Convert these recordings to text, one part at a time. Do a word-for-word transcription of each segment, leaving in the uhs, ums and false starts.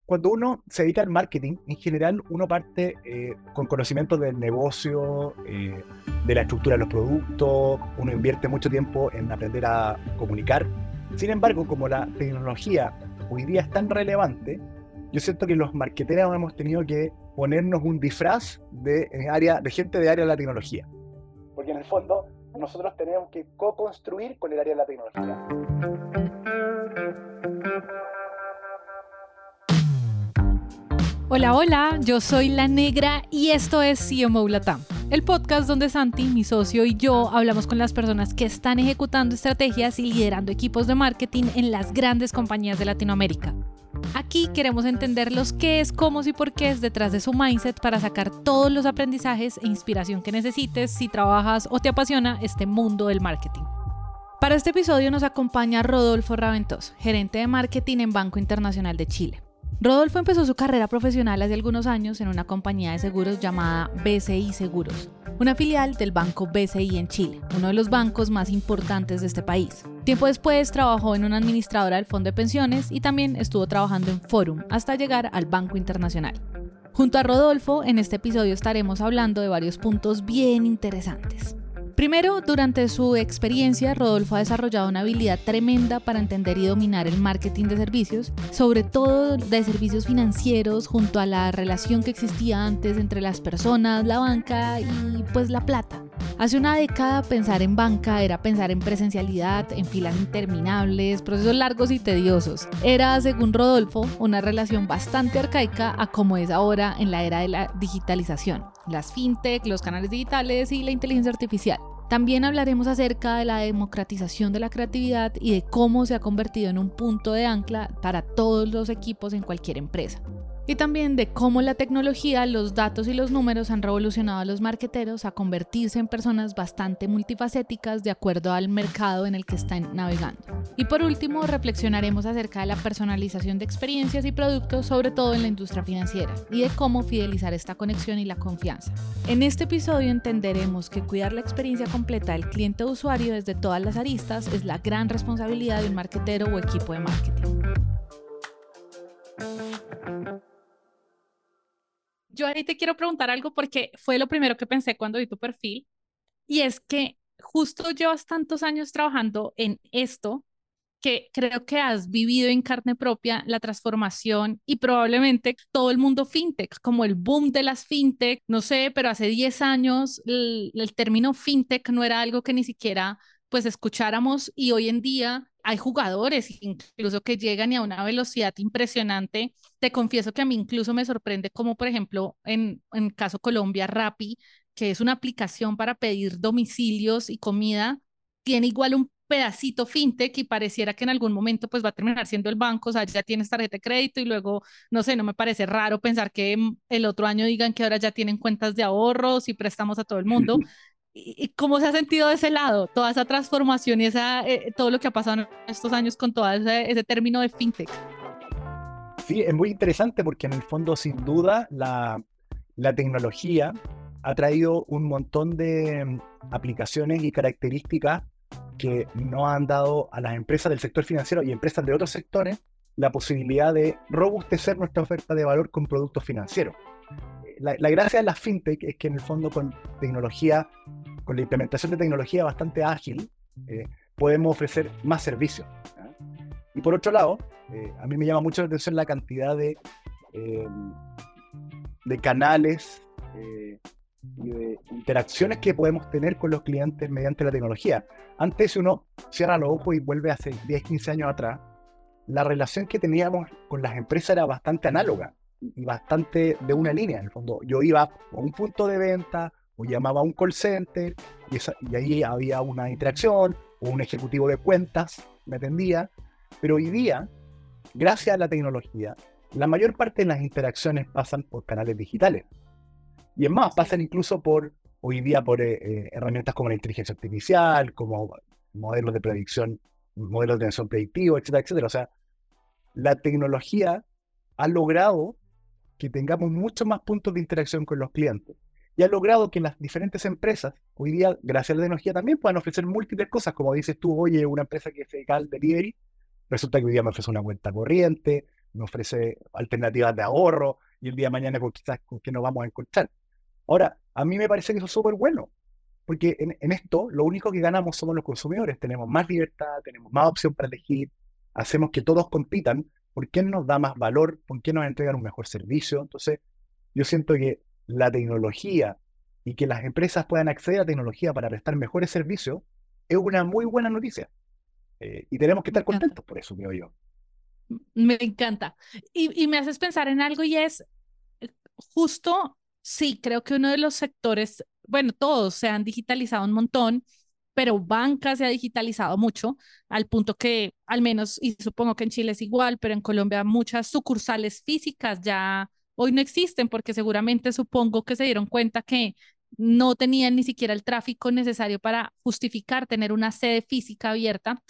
cuando uno se dedica al marketing, en general uno parte eh, con conocimientos del negocio, eh, de la estructura de los productos, uno invierte mucho tiempo en aprender a comunicar. Sin embargo, como la tecnología hoy día es tan relevante, yo siento que los marketeros hemos tenido que ponernos un disfraz de, en área, de gente de área de la tecnología. Porque en el fondo nosotros tenemos que co-construir con el área de la tecnología. Hola, hola, yo soy La Negra y esto es C M O Latam, el podcast donde Santi, mi socio, y yo hablamos con las personas que están ejecutando estrategias y liderando equipos de marketing en las grandes compañías de Latinoamérica. Aquí queremos entender los qués, cómo y por qué detrás de su mindset para sacar todos los aprendizajes e inspiración que necesites si trabajas o te apasiona este mundo del marketing. Para este episodio nos acompaña Rodolfo Raventós, gerente de marketing en Banco Internacional de Chile. Rodolfo empezó su carrera profesional hace algunos años en una compañía de seguros llamada B C I Seguros, una filial del Banco B C I en Chile, uno de los bancos más importantes de este país. Tiempo después trabajó en una administradora del fondo de pensiones y también estuvo trabajando en Forum hasta llegar al Banco Internacional. Junto a Rodolfo, en este episodio estaremos hablando de varios puntos bien interesantes. Primero, durante su experiencia, Rodolfo ha desarrollado una habilidad tremenda para entender y dominar el marketing de servicios, sobre todo de servicios financieros, junto a la relación que existía antes entre las personas, la banca y pues la plata. Hace una década pensar en banca era pensar en presencialidad, en filas interminables, procesos largos y tediosos. Era, según Rodolfo, una relación bastante arcaica a como es ahora en la era de la digitalización, las fintech, los canales digitales y la inteligencia artificial. También hablaremos acerca de la democratización de la creatividad y de cómo se ha convertido en un punto de ancla para todos los equipos en cualquier empresa. Y también de cómo la tecnología, los datos y los números han revolucionado a los marketeros a convertirse en personas bastante multifacéticas de acuerdo al mercado en el que están navegando. Y por último, reflexionaremos acerca de la personalización de experiencias y productos, sobre todo en la industria financiera, y de cómo fidelizar esta conexión y la confianza. En este episodio entenderemos que cuidar la experiencia completa del cliente o usuario desde todas las aristas es la gran responsabilidad de un marketero o equipo de marketing. Yo ahí te quiero preguntar algo porque fue lo primero que pensé cuando vi tu perfil, y es que justo llevas tantos años trabajando en esto que creo que has vivido en carne propia la transformación y probablemente todo el mundo fintech, como el boom de las fintech, no sé, pero hace diez años el, el término fintech no era algo que ni siquiera pues escucháramos, y hoy en día hay jugadores incluso que llegan y a una velocidad impresionante. Te confieso que a mí incluso me sorprende como, por ejemplo, en, en caso Colombia, Rappi, que es una aplicación para pedir domicilios y comida, tiene igual un pedacito fintech y pareciera que en algún momento pues va a terminar siendo el banco. O sea, ya tienes tarjeta de crédito y luego, no sé, no me parece raro pensar que el otro año digan que ahora ya tienen cuentas de ahorros y préstamos a todo el mundo. ¿Y cómo se ha sentido de ese lado, toda esa transformación y esa, eh, todo lo que ha pasado en estos años con todo ese, ese término de fintech? Sí, es muy interesante porque en el fondo, sin duda, la, la tecnología ha traído un montón de mm, aplicaciones y características que no han dado a las empresas del sector financiero y empresas de otros sectores la posibilidad de robustecer nuestra oferta de valor con productos financieros. La, la gracia de las fintech es que en el fondo con tecnología, con la implementación de tecnología bastante ágil, eh, podemos ofrecer más servicios. ¿eh? Y por otro lado, eh, a mí me llama mucho la atención la cantidad de, eh, de canales eh, y de interacciones que podemos tener con los clientes mediante la tecnología. Antes, si uno cierra los ojos y vuelve hace diez, quince años atrás, la relación que teníamos con las empresas era bastante análoga y bastante de una línea. En el fondo, yo iba a un punto de venta o llamaba a un call center y, esa, y ahí había una interacción o un ejecutivo de cuentas me atendía. Pero hoy día, gracias a la tecnología, la mayor parte de las interacciones pasan por canales digitales. Y es más, pasan incluso por, hoy día, por eh, eh, herramientas como la inteligencia artificial, como modelos de predicción, modelos de atención predictivo, etcétera, etcétera. O sea, la tecnología ha logrado que tengamos muchos más puntos de interacción con los clientes. Y ha logrado que las diferentes empresas, hoy día, gracias a la tecnología, también puedan ofrecer múltiples cosas. Como dices tú, oye, una empresa que se dedica al delivery, resulta que hoy día me ofrece una cuenta corriente, me ofrece alternativas de ahorro y el día de mañana con, quizás con qué nos vamos a encontrar. Ahora, a mí me parece que eso es súper bueno, porque en, en esto lo único que ganamos somos los consumidores. Tenemos más libertad, tenemos más opción para elegir, hacemos que todos compitan por quién nos da más valor, por quién nos entregan un mejor servicio. Entonces, yo siento que la tecnología y que las empresas puedan acceder a tecnología para prestar mejores servicios es una muy buena noticia. Eh, y tenemos que Me estar encanta. contentos por eso, creo yo. Me encanta. Y, y me haces pensar en algo y es eh, justo, sí, creo que uno de los sectores, bueno, todos se han digitalizado un montón, pero banca se ha digitalizado mucho, al punto que al menos, y supongo que en Chile es igual, pero en Colombia muchas sucursales físicas ya hoy no existen porque seguramente supongo que se dieron cuenta que no tenían ni siquiera el tráfico necesario para justificar tener una sede física abierta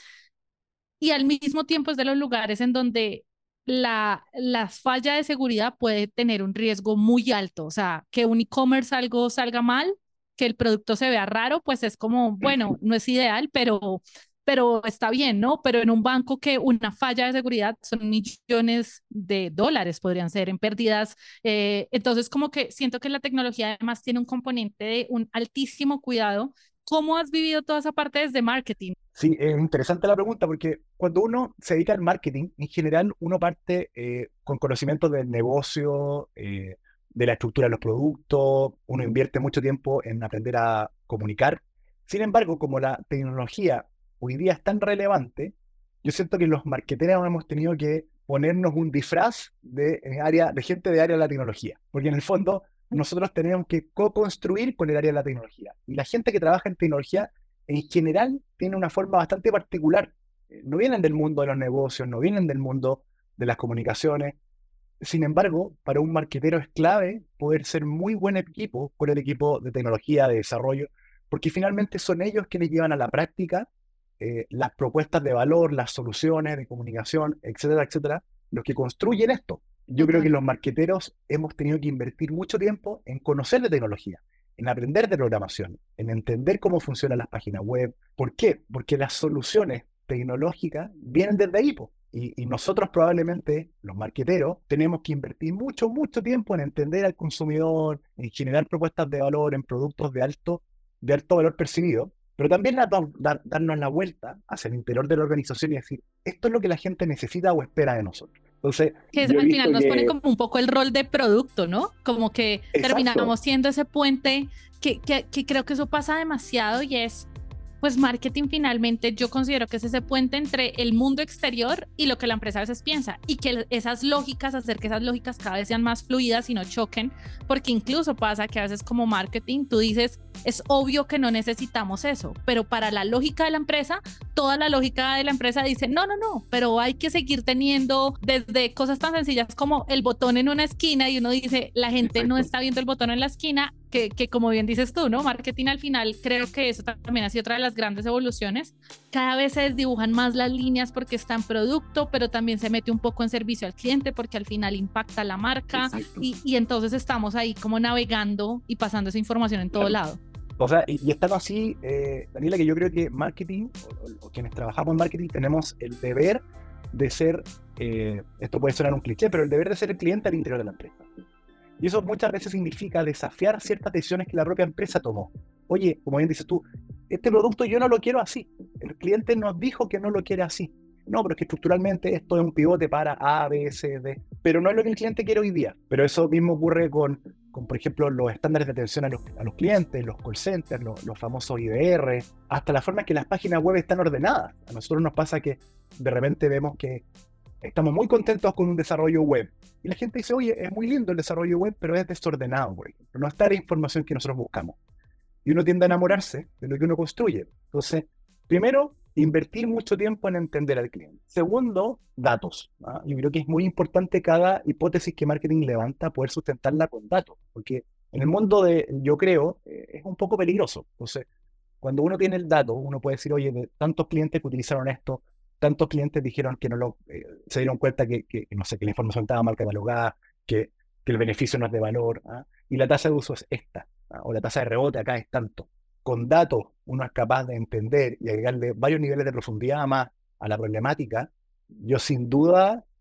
y al mismo tiempo es de los lugares en donde la, la falla de seguridad puede tener un riesgo muy alto. O sea, que un e-commerce algo salga mal, que el producto se vea raro, pues es como, bueno, no es ideal, pero, pero está bien, ¿no? Pero en un banco que una falla de seguridad son millones de dólares, podrían ser en pérdidas. Eh, entonces, como que siento que la tecnología además tiene un componente de un altísimo cuidado. ¿Cómo has vivido toda esa parte desde marketing? Sí, es interesante la pregunta porque cuando uno se dedica al marketing, en general uno parte eh, con conocimiento del negocio, eh, de la estructura de los productos, uno invierte mucho tiempo en aprender a comunicar. Sin embargo, como la tecnología hoy día es tan relevante, yo siento que los marketeros hemos tenido que ponernos un disfraz de, en área, de gente de área de la tecnología, porque en el fondo nosotros tenemos que co-construir con el área de la tecnología. Y la gente que trabaja en tecnología en general tiene una forma bastante particular. Eh, No vienen del mundo de los negocios, no vienen del mundo de las comunicaciones. Sin embargo, para un marketero es clave poder ser muy buen equipo con el equipo de tecnología, de desarrollo, porque finalmente son ellos quienes llevan a la práctica eh, las propuestas de valor, las soluciones de comunicación, etcétera, etcétera, los que construyen esto. Yo creo que Total. los marketeros hemos tenido que invertir mucho tiempo en conocer de tecnología, en aprender de programación, en entender cómo funcionan las páginas web. ¿Por qué? Porque las soluciones tecnológicas vienen desde ahí, po. Y, y nosotros probablemente, los marqueteros, tenemos que invertir mucho, mucho tiempo en entender al consumidor, en generar propuestas de valor, en productos de alto, de alto valor percibido, pero también a dar- dar- darnos la vuelta hacia el interior de la organización y decir, esto es lo que la gente necesita o espera de nosotros. Entonces, Que es- yo he al final visto nos ponen que, como un poco el rol de producto, ¿no? Como que exacto, terminamos siendo ese puente que, que, que creo que eso pasa demasiado y es, pues marketing finalmente yo considero que es ese puente entre el mundo exterior y lo que la empresa a veces piensa y que esas lógicas, hacer que esas lógicas cada vez sean más fluidas y no choquen, porque incluso pasa que a veces como marketing tú dices, es obvio que no necesitamos eso, pero para la lógica de la empresa, toda la lógica de la empresa dice, no, no, no, pero hay que seguir teniendo desde cosas tan sencillas como el botón en una esquina y uno dice, la gente no exacto. está viendo el botón en la esquina, que, que como bien dices tú, ¿no? Marketing al final creo que eso también ha sido otra de las grandes evoluciones. Cada vez se desdibujan más las líneas porque está en producto, pero también se mete un poco en servicio al cliente porque al final impacta la marca Exacto. y, y entonces estamos ahí como navegando y pasando esa información en todo Claro. lado. O sea, y, y estando así, eh, Daniela, que yo creo que marketing, o, o- o quienes trabajamos en marketing, tenemos el deber de ser, eh, esto puede sonar un cliché, pero el deber de ser el cliente al interior de la empresa. Y eso muchas veces significa desafiar ciertas decisiones que la propia empresa tomó. Oye, como bien dices tú, este producto yo no lo quiero así. El cliente nos dijo que no lo quiere así. No, pero es que estructuralmente esto es un pivote para A, B, C, D. Pero no es lo que el cliente quiere hoy día. Pero eso mismo ocurre con, con por ejemplo, los estándares de atención a los, a los clientes, los call centers, los, los famosos I D R, hasta la forma en que las páginas web están ordenadas. A nosotros nos pasa que de repente vemos que estamos muy contentos con un desarrollo web. Y la gente dice, oye, es muy lindo el desarrollo web, pero es desordenado, por ejemplo. No está la información que nosotros buscamos. Y uno tiende a enamorarse de lo que uno construye. Entonces, primero, invertir mucho tiempo en entender al cliente. Segundo, datos. ¿Ah? Yo creo que es muy importante cada hipótesis que marketing levanta poder sustentarla con datos. Porque en el mundo de, yo creo, eh, es un poco peligroso. Entonces, cuando uno tiene el dato, uno puede decir, oye, de tantos clientes que utilizaron esto, tantos clientes dijeron que no lo, eh, se dieron cuenta que, que, no sé, que la información estaba mal catalogada, que, que el beneficio no es de valor, ¿ah? Y la tasa de uso es esta, ¿ah? O la tasa de rebote acá es tanto. Con datos uno es capaz de entender y agregarle varios niveles de profundidad más a la problemática. Yo sin duda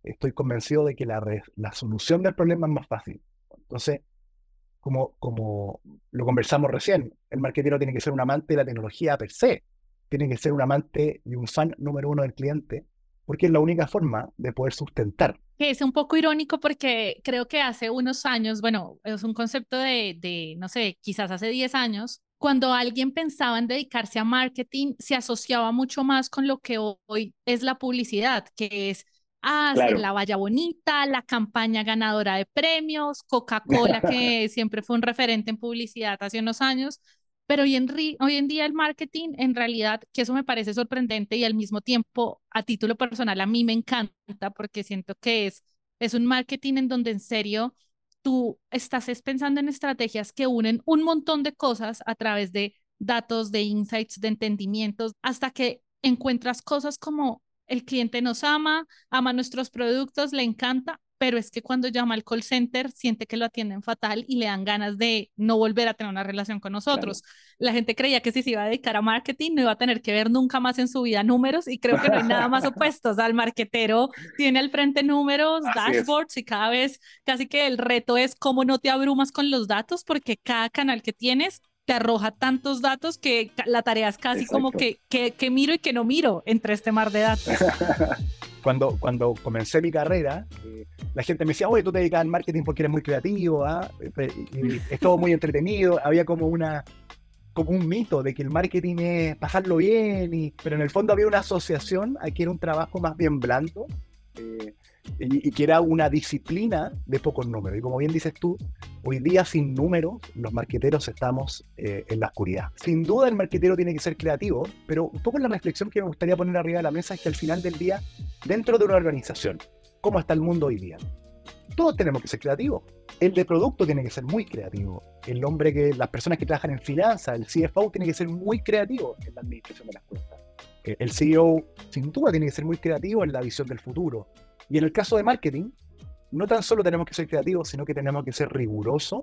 estoy convencido de que la, re- la solución del problema es más fácil. Entonces, como, como lo conversamos recién, el marketero tiene que ser un amante de la tecnología per se, tiene que ser un amante y un fan número uno del cliente, porque es la única forma de poder sustentar. Que es un poco irónico porque creo que hace unos años, bueno, es un concepto de, de, no sé, quizás hace diez años, cuando alguien pensaba en dedicarse a marketing, se asociaba mucho más con lo que hoy es la publicidad, que es ah, hacer Claro. la valla bonita, la campaña ganadora de premios, Coca-Cola, que siempre fue un referente en publicidad hace unos años. Pero hoy en, ri- hoy en día el marketing, en realidad, que eso me parece sorprendente y al mismo tiempo, a título personal, a mí me encanta porque siento que es, es un marketing en donde en serio tú estás es pensando en estrategias que unen un montón de cosas a través de datos, de insights, de entendimientos, hasta que encuentras cosas como el cliente nos ama, ama nuestros productos, le encanta, pero es que cuando llama al call center siente que lo atienden fatal y le dan ganas de no volver a tener una relación con Claro. nosotros. La gente creía que si se iba a dedicar a marketing no iba a tener que ver nunca más en su vida números y creo que no hay nada más opuesto. O sea, el marketero tiene al frente números, Así es. dashboards y cada vez casi que el reto es cómo no te abrumas con los datos porque cada canal que tienes te arroja tantos datos que la tarea es casi como Exacto. que, que, que miro y que no miro entre este mar de datos. Cuando, cuando comencé mi carrera, eh, la gente me decía, oye, tú te dedicas al marketing porque eres muy creativo, ¿ah? Y, y es todo muy entretenido. Había como una, como un mito de que el marketing es pasarlo bien, y, pero en el fondo había una asociación a que era un trabajo más bien blando, eh, y, y que era una disciplina de pocos números. Y como bien dices tú, hoy día sin números, los marqueteros estamos eh, en la oscuridad. Sin duda el marquetero tiene que ser creativo, pero un poco la reflexión que me gustaría poner arriba de la mesa es que al final del día, dentro de una organización, ¿cómo está el mundo hoy día? Todos tenemos que ser creativos. El de producto tiene que ser muy creativo. El hombre que, las personas que trabajan en finanzas, el C F O tiene que ser muy creativo en la administración de las cuentas. El C E O, sin duda, tiene que ser muy creativo en la visión del futuro. Y en el caso de marketing, no tan solo tenemos que ser creativos, sino que tenemos que ser rigurosos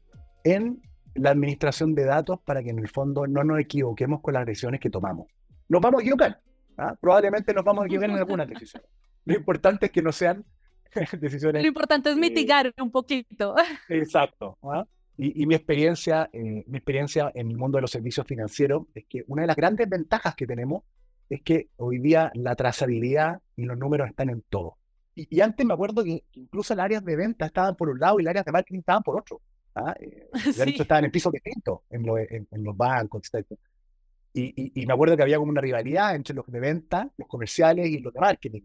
en la administración de datos para que en el fondo no nos equivoquemos con las decisiones que tomamos. Nos vamos a equivocar, ¿ah? Probablemente nos vamos a equivocar en algunas decisiones. Lo importante es que no sean Lo decisiones. importante es Eh, mitigar un poquito. exacto. ¿Ah? Y, y mi experiencia, eh, mi experiencia en el mundo de los servicios financieros es que una de las grandes ventajas que tenemos es que hoy día la trazabilidad y los números están en todo. Y, y antes me acuerdo que incluso las áreas de venta estaban por un lado y las áreas de marketing estaban por otro. ¿Ah? Eh, de hecho, Sí. estaban en pisos distintos en, lo, en, en los bancos, etcétera. Y, y, y me acuerdo que había como una rivalidad entre los de venta, los comerciales y los de marketing.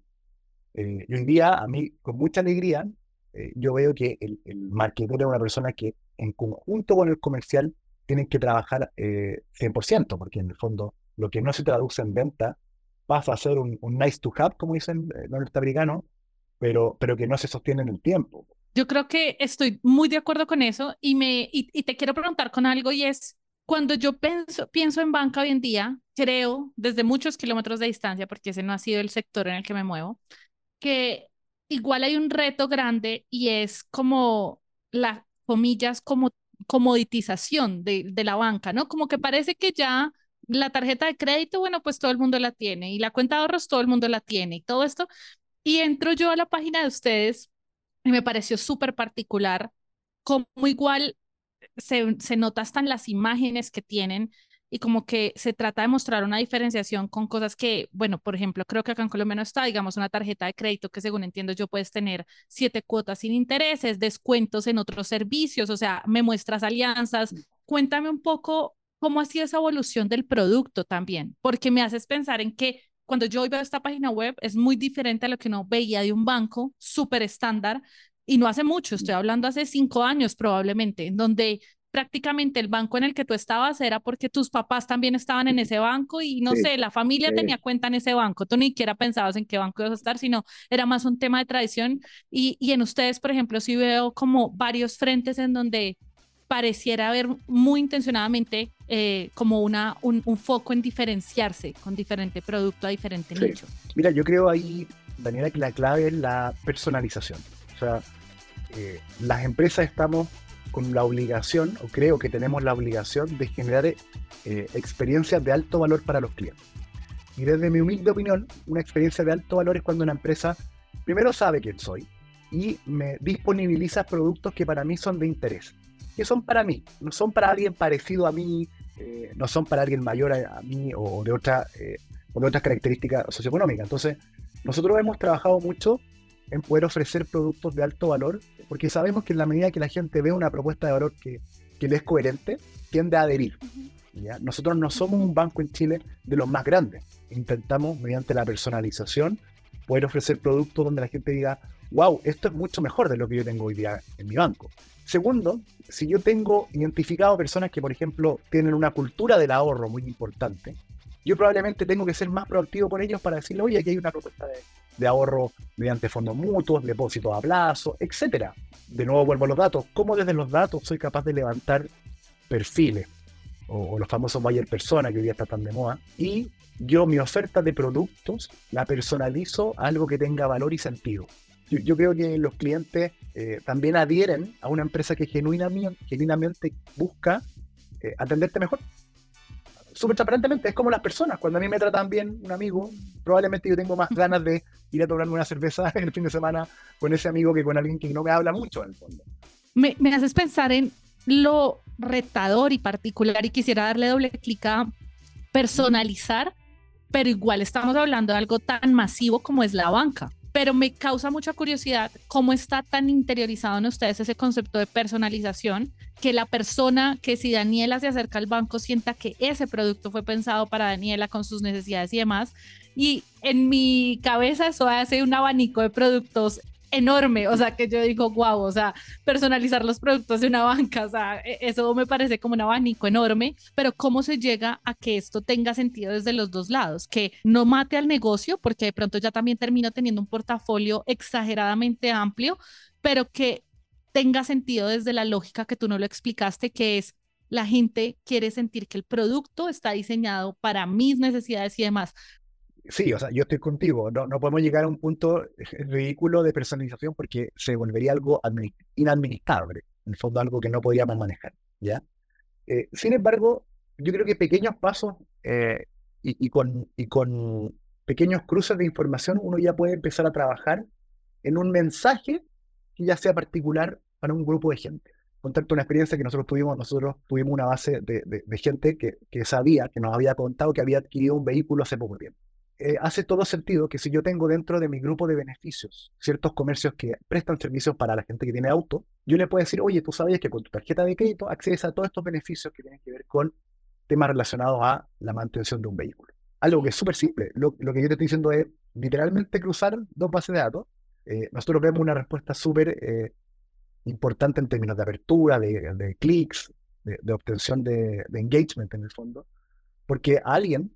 Eh, y hoy día, a mí, con mucha alegría, eh, yo veo que el, el marketero es una persona que, en conjunto con el comercial, tienen que trabajar eh, cien por ciento, porque en el fondo, lo que no se traduce en venta pasa a ser un, un nice to have, como dicen eh, los norteamericanos, pero, pero que no se sostiene en el tiempo. Yo creo que estoy muy de acuerdo con eso y, me, y, y te quiero preguntar con algo y es, cuando yo pienso, pienso en banca hoy en día, creo desde muchos kilómetros de distancia, porque ese no ha sido el sector en el que me muevo, que igual hay un reto grande y es como la, comillas, como comoditización de, de la banca, ¿no? Como que parece que ya la tarjeta de crédito, bueno, pues todo el mundo la tiene y la cuenta de ahorros todo el mundo la tiene y todo esto. Y entro yo a la página de ustedes y me pareció súper particular como igual se, se nota hasta en las imágenes que tienen y como que se trata de mostrar una diferenciación con cosas que, bueno, por ejemplo, creo que acá en Colombia no está, digamos, una tarjeta de crédito que según entiendo yo puedes tener siete cuotas sin intereses, descuentos en otros servicios, o sea, me muestras alianzas. Cuéntame un poco cómo ha sido esa evolución del producto también, porque me haces pensar en que cuando yo veo esta página web es muy diferente a lo que uno veía de un banco súper estándar y no hace mucho, estoy hablando hace cinco años probablemente, en donde prácticamente el banco en el que tú estabas era porque tus papás también estaban en ese banco y no Sí, sé, la familia sí. tenía cuenta en ese banco, tú ni siquiera pensabas en qué banco ibas a estar, sino era más un tema de tradición y, y en ustedes, por ejemplo, sí veo como varios frentes en donde pareciera haber muy intencionadamente eh, como una, un, un foco en diferenciarse con diferente producto a diferente Sí. nicho. Mira, yo creo ahí, Daniela, que la clave es la personalización. O sea, eh, las empresas estamos con la obligación, o creo que tenemos la obligación de generar eh, experiencias de alto valor para los clientes. Y desde mi humilde opinión, una experiencia de alto valor es cuando una empresa primero sabe quién soy y me disponibiliza productos que para mí son de interés, que son para mí, no son para alguien parecido a mí, eh, no son para alguien mayor a, a mí o de, otra, eh, o de otras características socioeconómicas. Entonces, nosotros hemos trabajado mucho en poder ofrecer productos de alto valor, porque sabemos que en la medida que la gente ve una propuesta de valor que, que le es coherente, tiende a adherir. ¿Ya? Nosotros no somos un banco en Chile de los más grandes. Intentamos, mediante la personalización, poder ofrecer productos donde la gente diga, wow, esto es mucho mejor de lo que yo tengo hoy día en mi banco. Segundo, si yo tengo identificado personas que, por ejemplo, tienen una cultura del ahorro muy importante, yo probablemente tengo que ser más proactivo con ellos para decirle, oye, aquí hay una propuesta de, de ahorro mediante fondos mutuos, depósitos a plazo, etcétera. De nuevo vuelvo a los datos. ¿Cómo desde los datos soy capaz de levantar perfiles? O, o los famosos buyer persona que hoy día está tan de moda. Y yo mi oferta de productos la personalizo a algo que tenga valor y sentido. Yo, yo creo que los clientes eh, también adhieren a una empresa que genuinamente, genuinamente busca eh, atenderte mejor. Súper transparentemente, es como las personas. Cuando a mí me tratan bien un amigo, probablemente yo tengo más ganas de ir a tomarme una cerveza el fin de semana con ese amigo que con alguien que no me habla mucho, en el fondo. Me, me haces pensar en lo retador y particular, y quisiera darle doble clic a personalizar, pero igual estamos hablando de algo tan masivo como es la banca. Pero me causa mucha curiosidad cómo está tan interiorizado en ustedes ese concepto de personalización, que la persona, que si Daniela se acerca al banco, sienta que ese producto fue pensado para Daniela con sus necesidades y demás. Y en mi cabeza eso hace un abanico de productos enorme, o sea, que yo digo, wow, o sea, personalizar los productos de una banca, o sea, eso me parece como un abanico enorme, pero ¿cómo se llega a que esto tenga sentido desde los dos lados? Que no mate al negocio, porque de pronto ya también termino teniendo un portafolio exageradamente amplio, pero que tenga sentido desde la lógica que tú no lo explicaste, que es la gente quiere sentir que el producto está diseñado para mis necesidades y demás. Sí, o sea, yo estoy contigo. No, no podemos llegar a un punto ridículo de personalización porque se volvería algo inadministrable. En el fondo, algo que no podríamos manejar, ¿ya? Eh, sin embargo, yo creo que pequeños pasos eh, y, y, con, y con pequeños cruces de información uno ya puede empezar a trabajar en un mensaje que ya sea particular para un grupo de gente. Contarte una experiencia que nosotros tuvimos, nosotros tuvimos una base de, de, de gente que, que sabía, que nos había contado que había adquirido un vehículo hace poco tiempo. Eh, hace todo sentido que si yo tengo dentro de mi grupo de beneficios ciertos comercios que prestan servicios para la gente que tiene auto, yo le puedo decir, oye, tú sabías que con tu tarjeta de crédito accedes a todos estos beneficios que tienen que ver con temas relacionados a la mantención de un vehículo. Algo que es súper simple. Lo, lo que yo te estoy diciendo es literalmente cruzar dos bases de datos. Eh, nosotros vemos una respuesta súper eh, importante en términos de apertura, de, de clics, de, de obtención de, de engagement en el fondo, porque a alguien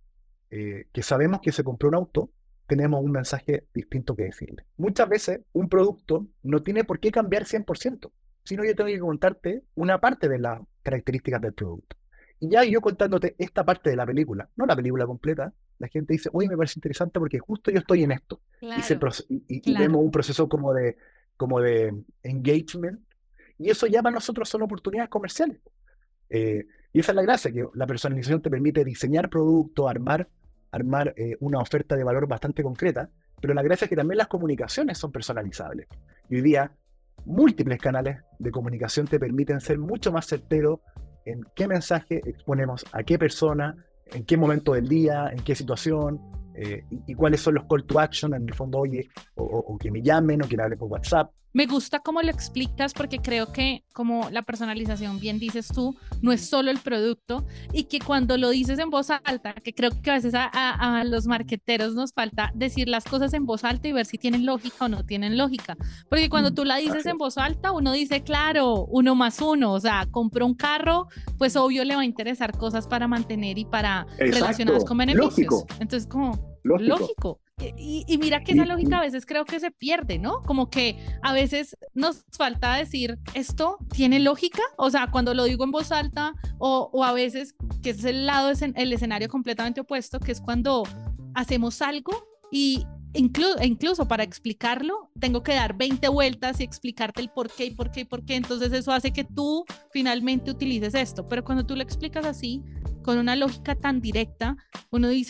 Eh, que sabemos que se compró un auto, tenemos un mensaje distinto que decirle. Muchas veces un producto no tiene por qué cambiar cien por ciento, sino yo tengo que contarte una parte de las características del producto. Y ya yo contándote esta parte de la película, no la película completa, la gente dice, oye, me parece interesante porque justo yo estoy en esto. Claro, y, se y, y, claro. y vemos un proceso como de, como de engagement, y eso ya para nosotros son oportunidades comerciales. Eh, y esa es la gracia, que la personalización te permite diseñar productos, armar, armar eh, una oferta de valor bastante concreta, pero la gracia es que también las comunicaciones son personalizables. Y hoy día, múltiples canales de comunicación te permiten ser mucho más certeros en qué mensaje exponemos a qué persona, en qué momento del día, en qué situación, eh, y, y cuáles son los call to action, en el fondo, oye, o, o, o que me llamen, o que me hablen por WhatsApp. Me gusta cómo lo explicas porque creo que, como la personalización bien dices tú, no es solo el producto, y que cuando lo dices en voz alta, que creo que a veces a, a, a los marqueteros nos falta decir las cosas en voz alta y ver si tienen lógica o no tienen lógica, porque cuando tú la dices en voz alta, uno dice, claro, uno más uno, o sea, compró un carro, pues obvio le va a interesar cosas para mantener y para Exacto. Relacionadas con beneficios. Lógico. Entonces, como lógico. lógico. Y, y mira que esa lógica a veces creo que se pierde, ¿no? Como que a veces nos falta decir, ¿esto tiene lógica? O sea, cuando lo digo en voz alta, o, o a veces, que es el lado, el escenario completamente opuesto, que es cuando hacemos algo y incluso, incluso para explicarlo, tengo que dar veinte vueltas y explicarte el por qué y por qué y por qué. Entonces eso hace que tú finalmente utilices esto. Pero cuando tú lo explicas así, con una lógica tan directa, uno dice,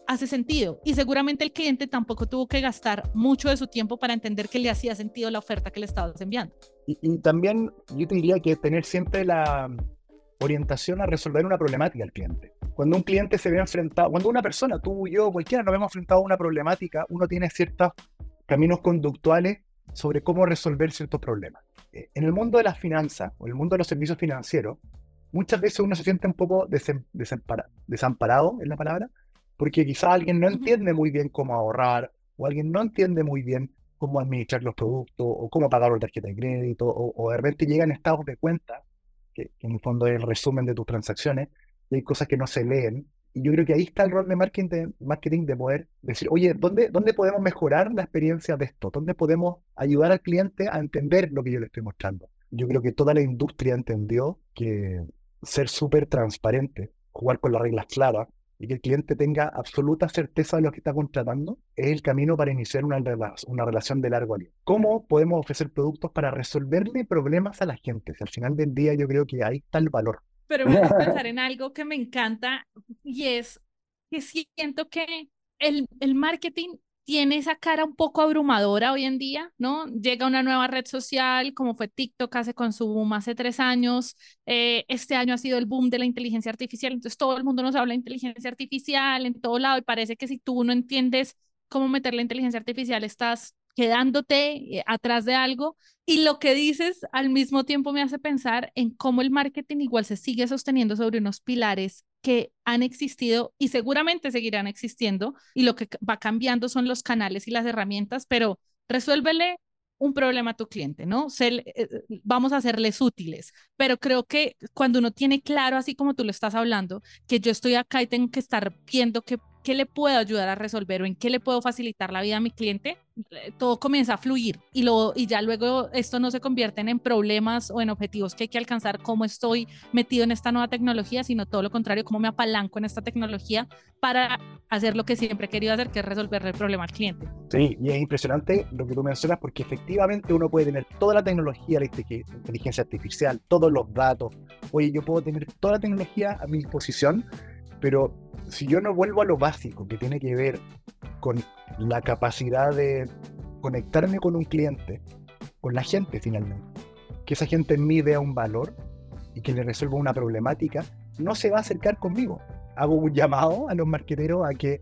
hace sentido. Y seguramente el cliente tampoco tuvo que gastar mucho de su tiempo para entender que le hacía sentido la oferta que le estabas enviando. Y, y también yo te diría que tener siempre la orientación a resolver una problemática al cliente. Cuando un cliente se ve enfrentado, cuando una persona, tú, yo, cualquiera, nos vemos enfrentados a una problemática, uno tiene ciertos caminos conductuales sobre cómo resolver ciertos problemas. Eh, en el mundo de las finanzas o en el mundo de los servicios financieros, muchas veces uno se siente un poco desem, desempara, desamparado, es la palabra, porque quizás alguien no entiende muy bien cómo ahorrar, o alguien no entiende muy bien cómo administrar los productos, o cómo pagar una tarjeta de crédito, o, o de repente llegan estados de cuenta, que, que en el fondo es el resumen de tus transacciones, y hay cosas que no se leen. Y yo creo que ahí está el rol de marketing de, marketing de poder decir, oye, ¿dónde, ¿dónde podemos mejorar la experiencia de esto? ¿Dónde podemos ayudar al cliente a entender lo que yo le estoy mostrando? Yo creo que toda la industria entendió que ser súper transparente, jugar con las reglas claras y que el cliente tenga absoluta certeza de lo que está contratando es el camino para iniciar una, una relación de largo aliento. ¿Cómo podemos ofrecer productos para resolverle problemas a la gente? Si al final del día yo creo que ahí está el valor. Pero me hace pensar en algo que me encanta y es que siento que el, el marketing tiene esa cara un poco abrumadora hoy en día, ¿no? Llega una nueva red social, como fue TikTok hace con su boom hace tres años. Eh, este año ha sido el boom de la inteligencia artificial, entonces todo el mundo nos habla de inteligencia artificial en todo lado y parece que si tú no entiendes cómo meter la inteligencia artificial, estás quedándote eh, atrás de algo. Y lo que dices al mismo tiempo me hace pensar en cómo el marketing igual se sigue sosteniendo sobre unos pilares que han existido y seguramente seguirán existiendo, y lo que va cambiando son los canales y las herramientas, pero resuélvele un problema a tu cliente, ¿no? Se, eh, vamos a hacerles útiles, pero creo que cuando uno tiene claro, así como tú lo estás hablando, que yo estoy acá y tengo que estar viendo qué, qué le puedo ayudar a resolver o en qué le puedo facilitar la vida a mi cliente, todo comienza a fluir y, lo, y ya luego esto no se convierte en problemas o en objetivos que hay que alcanzar, cómo estoy metido en esta nueva tecnología, sino todo lo contrario, cómo me apalanco en esta tecnología para hacer lo que siempre he querido hacer, que es resolver el problema al cliente. Sí, y es impresionante lo que tú mencionas porque efectivamente uno puede tener toda la tecnología, la inteligencia artificial, todos los datos. Oye, yo puedo tener toda la tecnología a mi disposición, pero si yo no vuelvo a lo básico que tiene que ver con la capacidad de conectarme con un cliente, con la gente finalmente, que esa gente en mí vea un valor y que le resuelva una problemática, no se va a acercar conmigo. Hago un llamado a los marqueteros a que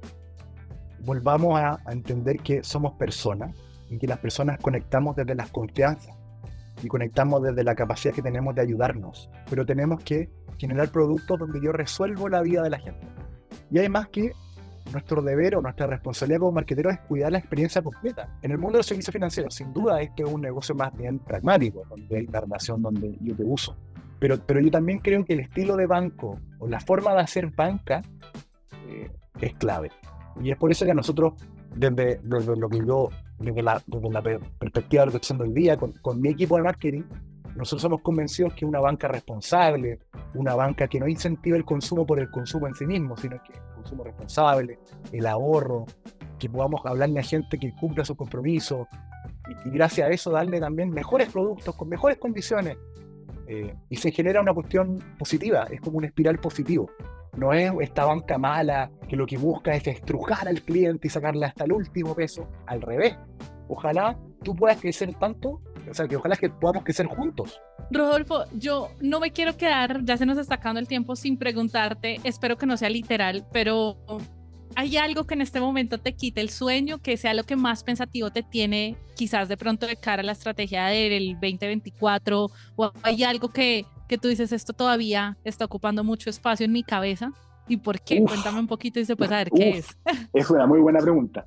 volvamos a, a entender que somos personas y que las personas conectamos desde las confianzas y conectamos desde la capacidad que tenemos de ayudarnos, pero tenemos que generar productos donde yo resuelvo la vida de la gente. Y además que nuestro deber o nuestra responsabilidad como marqueteros es cuidar la experiencia completa. En el mundo de los servicios financieros, sin duda, este es un negocio más bien pragmático, donde hay una relación donde yo te uso. Pero, pero yo también creo que el estilo de banco o la forma de hacer banca eh, es clave. Y es por eso que a nosotros, desde, desde lo que yo, desde la, desde la perspectiva de lo que estoy haciendo hoy día, con, con mi equipo de marketing, nosotros somos convencidos que una banca responsable, una banca que no incentiva el consumo por el consumo en sí mismo, sino que el consumo responsable, el ahorro, que podamos hablarle a gente que cumpla sus compromisos y, y gracias a eso darle también mejores productos con mejores condiciones. Eh, y se genera una cuestión positiva, es como una espiral positivo. No es esta banca mala que lo que busca es estrujar al cliente y sacarle hasta el último peso. Al revés. Ojalá tú puedas crecer tanto, o sea, que ojalá que podamos crecer juntos. Rodolfo, yo no me quiero quedar, ya se nos está acabando el tiempo, sin preguntarte, espero que no sea literal, pero ¿hay algo que en este momento te quite el sueño, que sea lo que más pensativo te tiene, quizás de pronto de cara a la estrategia del veinte veinticuatro, o hay algo que, que tú dices, esto todavía está ocupando mucho espacio en mi cabeza? ¿Y por qué? Uf, Cuéntame un poquito y se puede saber uf, qué es. Es una muy buena pregunta.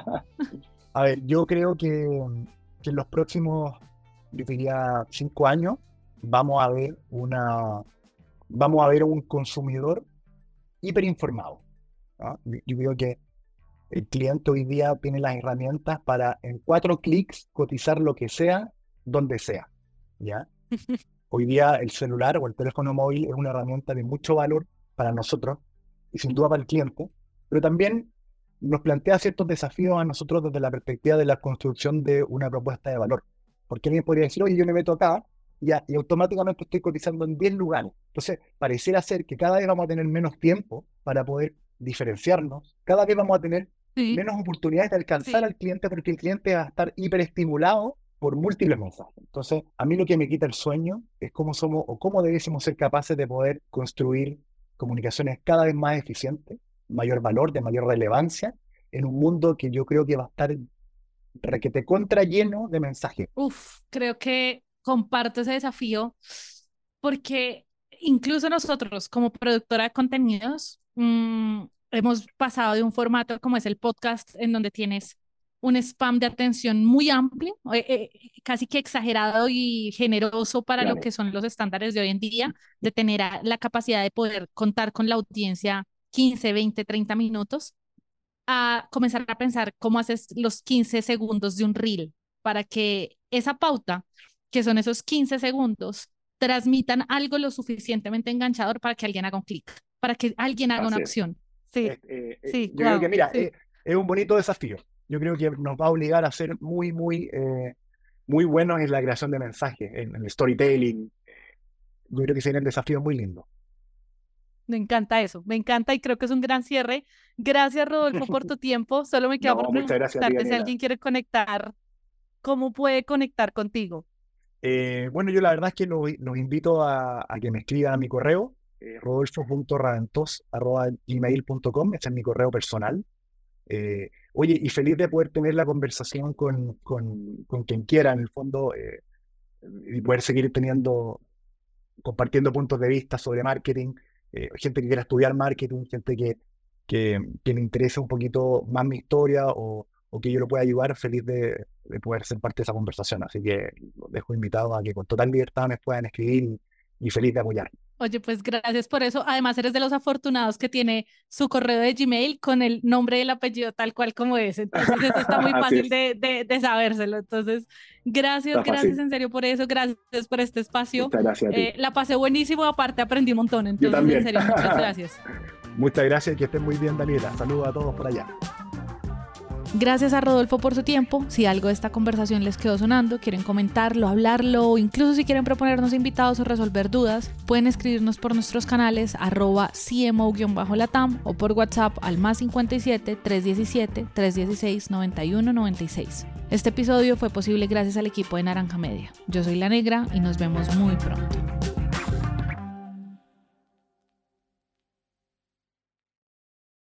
A ver, yo creo que, que en los próximos, yo diría, cinco años, vamos a ver una, vamos a ver un consumidor hiperinformado, ¿no? Yo creo que el cliente hoy día tiene las herramientas para en cuatro clics cotizar lo que sea, donde sea, ¿ya? Hoy día el celular o el teléfono móvil es una herramienta de mucho valor para nosotros y sin duda para el cliente, pero también nos plantea ciertos desafíos a nosotros desde la perspectiva de la construcción de una propuesta de valor. Porque alguien podría decir, oye, yo me meto acá y, y automáticamente estoy cotizando en diez lugares. Entonces, pareciera ser que cada vez vamos a tener menos tiempo para poder diferenciarnos, cada vez vamos a tener Sí, menos oportunidades de alcanzar sí. al cliente porque el cliente va a estar hiperestimulado por múltiples mensajes. Entonces, a mí lo que me quita el sueño es cómo somos o cómo debiésemos ser capaces de poder construir comunicaciones cada vez más eficientes, mayor valor, de mayor relevancia, en un mundo que yo creo que va a estar requete contra lleno de mensajes. Uf, creo que comparto ese desafío porque incluso nosotros como productora de contenidos mm, hemos pasado de un formato como es el podcast en donde tienes un spam de atención muy amplio, eh, eh, casi que exagerado y generoso para lo Claro. que son los estándares de hoy en día, de tener a- la capacidad de poder contar con la audiencia quince, veinte, treinta minutos a comenzar a pensar cómo haces los quince segundos de un reel para que esa pauta, que son esos quince segundos, transmitan algo lo suficientemente enganchador para que alguien haga un clic, para que alguien haga una Así es. acción. Sí, Eh, eh, eh, sí, yo creo que, wow, mira, sí. eh, es un bonito desafío. Yo creo que nos va a obligar a ser muy, muy, eh, muy buenos en la creación de mensajes, en, en el storytelling. Yo creo que sería un desafío muy lindo. Me encanta eso, me encanta y creo que es un gran cierre. Gracias, Rodolfo, por tu tiempo. Solo me queda por No, muchas gracias a ti, preguntarte si Daniela. alguien quiere conectar, ¿cómo puede conectar contigo? Eh, bueno, yo la verdad es que lo- los invito a, a que me escriban a mi correo, eh, rodolfo punto raventos arroba gmail punto com. Ese es mi correo personal. Eh, oye, y feliz de poder tener la conversación con, con, con quien quiera, en el fondo, eh, y poder seguir teniendo, compartiendo puntos de vista sobre marketing, eh, gente que quiera estudiar marketing, gente que, que, que le interese un poquito más mi historia o, o que yo lo pueda ayudar, feliz de, de poder ser parte de esa conversación. Así que los dejo invitados a que con total libertad me puedan escribir y, y feliz de apoyar. Oye, pues gracias por eso. Además, eres de los afortunados que tiene su correo de Gmail con el nombre y el apellido tal cual como es. Entonces, eso está muy Así fácil es, de, de, de sabérselo. Entonces, gracias, está gracias fácil. en serio por eso. Gracias por este espacio. Muchas gracias a ti. Eh, la pasé buenísimo, aparte aprendí un montón. Yo Entonces, en también. serio, muchas gracias. Muchas gracias y que estén muy bien, Daniela. Saludos a todos por allá. Gracias a Rodolfo por su tiempo. Si algo de esta conversación les quedó sonando, quieren comentarlo, hablarlo o incluso si quieren proponernos invitados o resolver dudas, pueden escribirnos por nuestros canales arroba C M O-latam o por WhatsApp al más cincuenta y siete, trescientos diecisiete, trescientos dieciséis, noventa y uno noventa y seis. Este episodio fue posible gracias al equipo de Naranja Media. Yo soy La Negra y nos vemos muy pronto.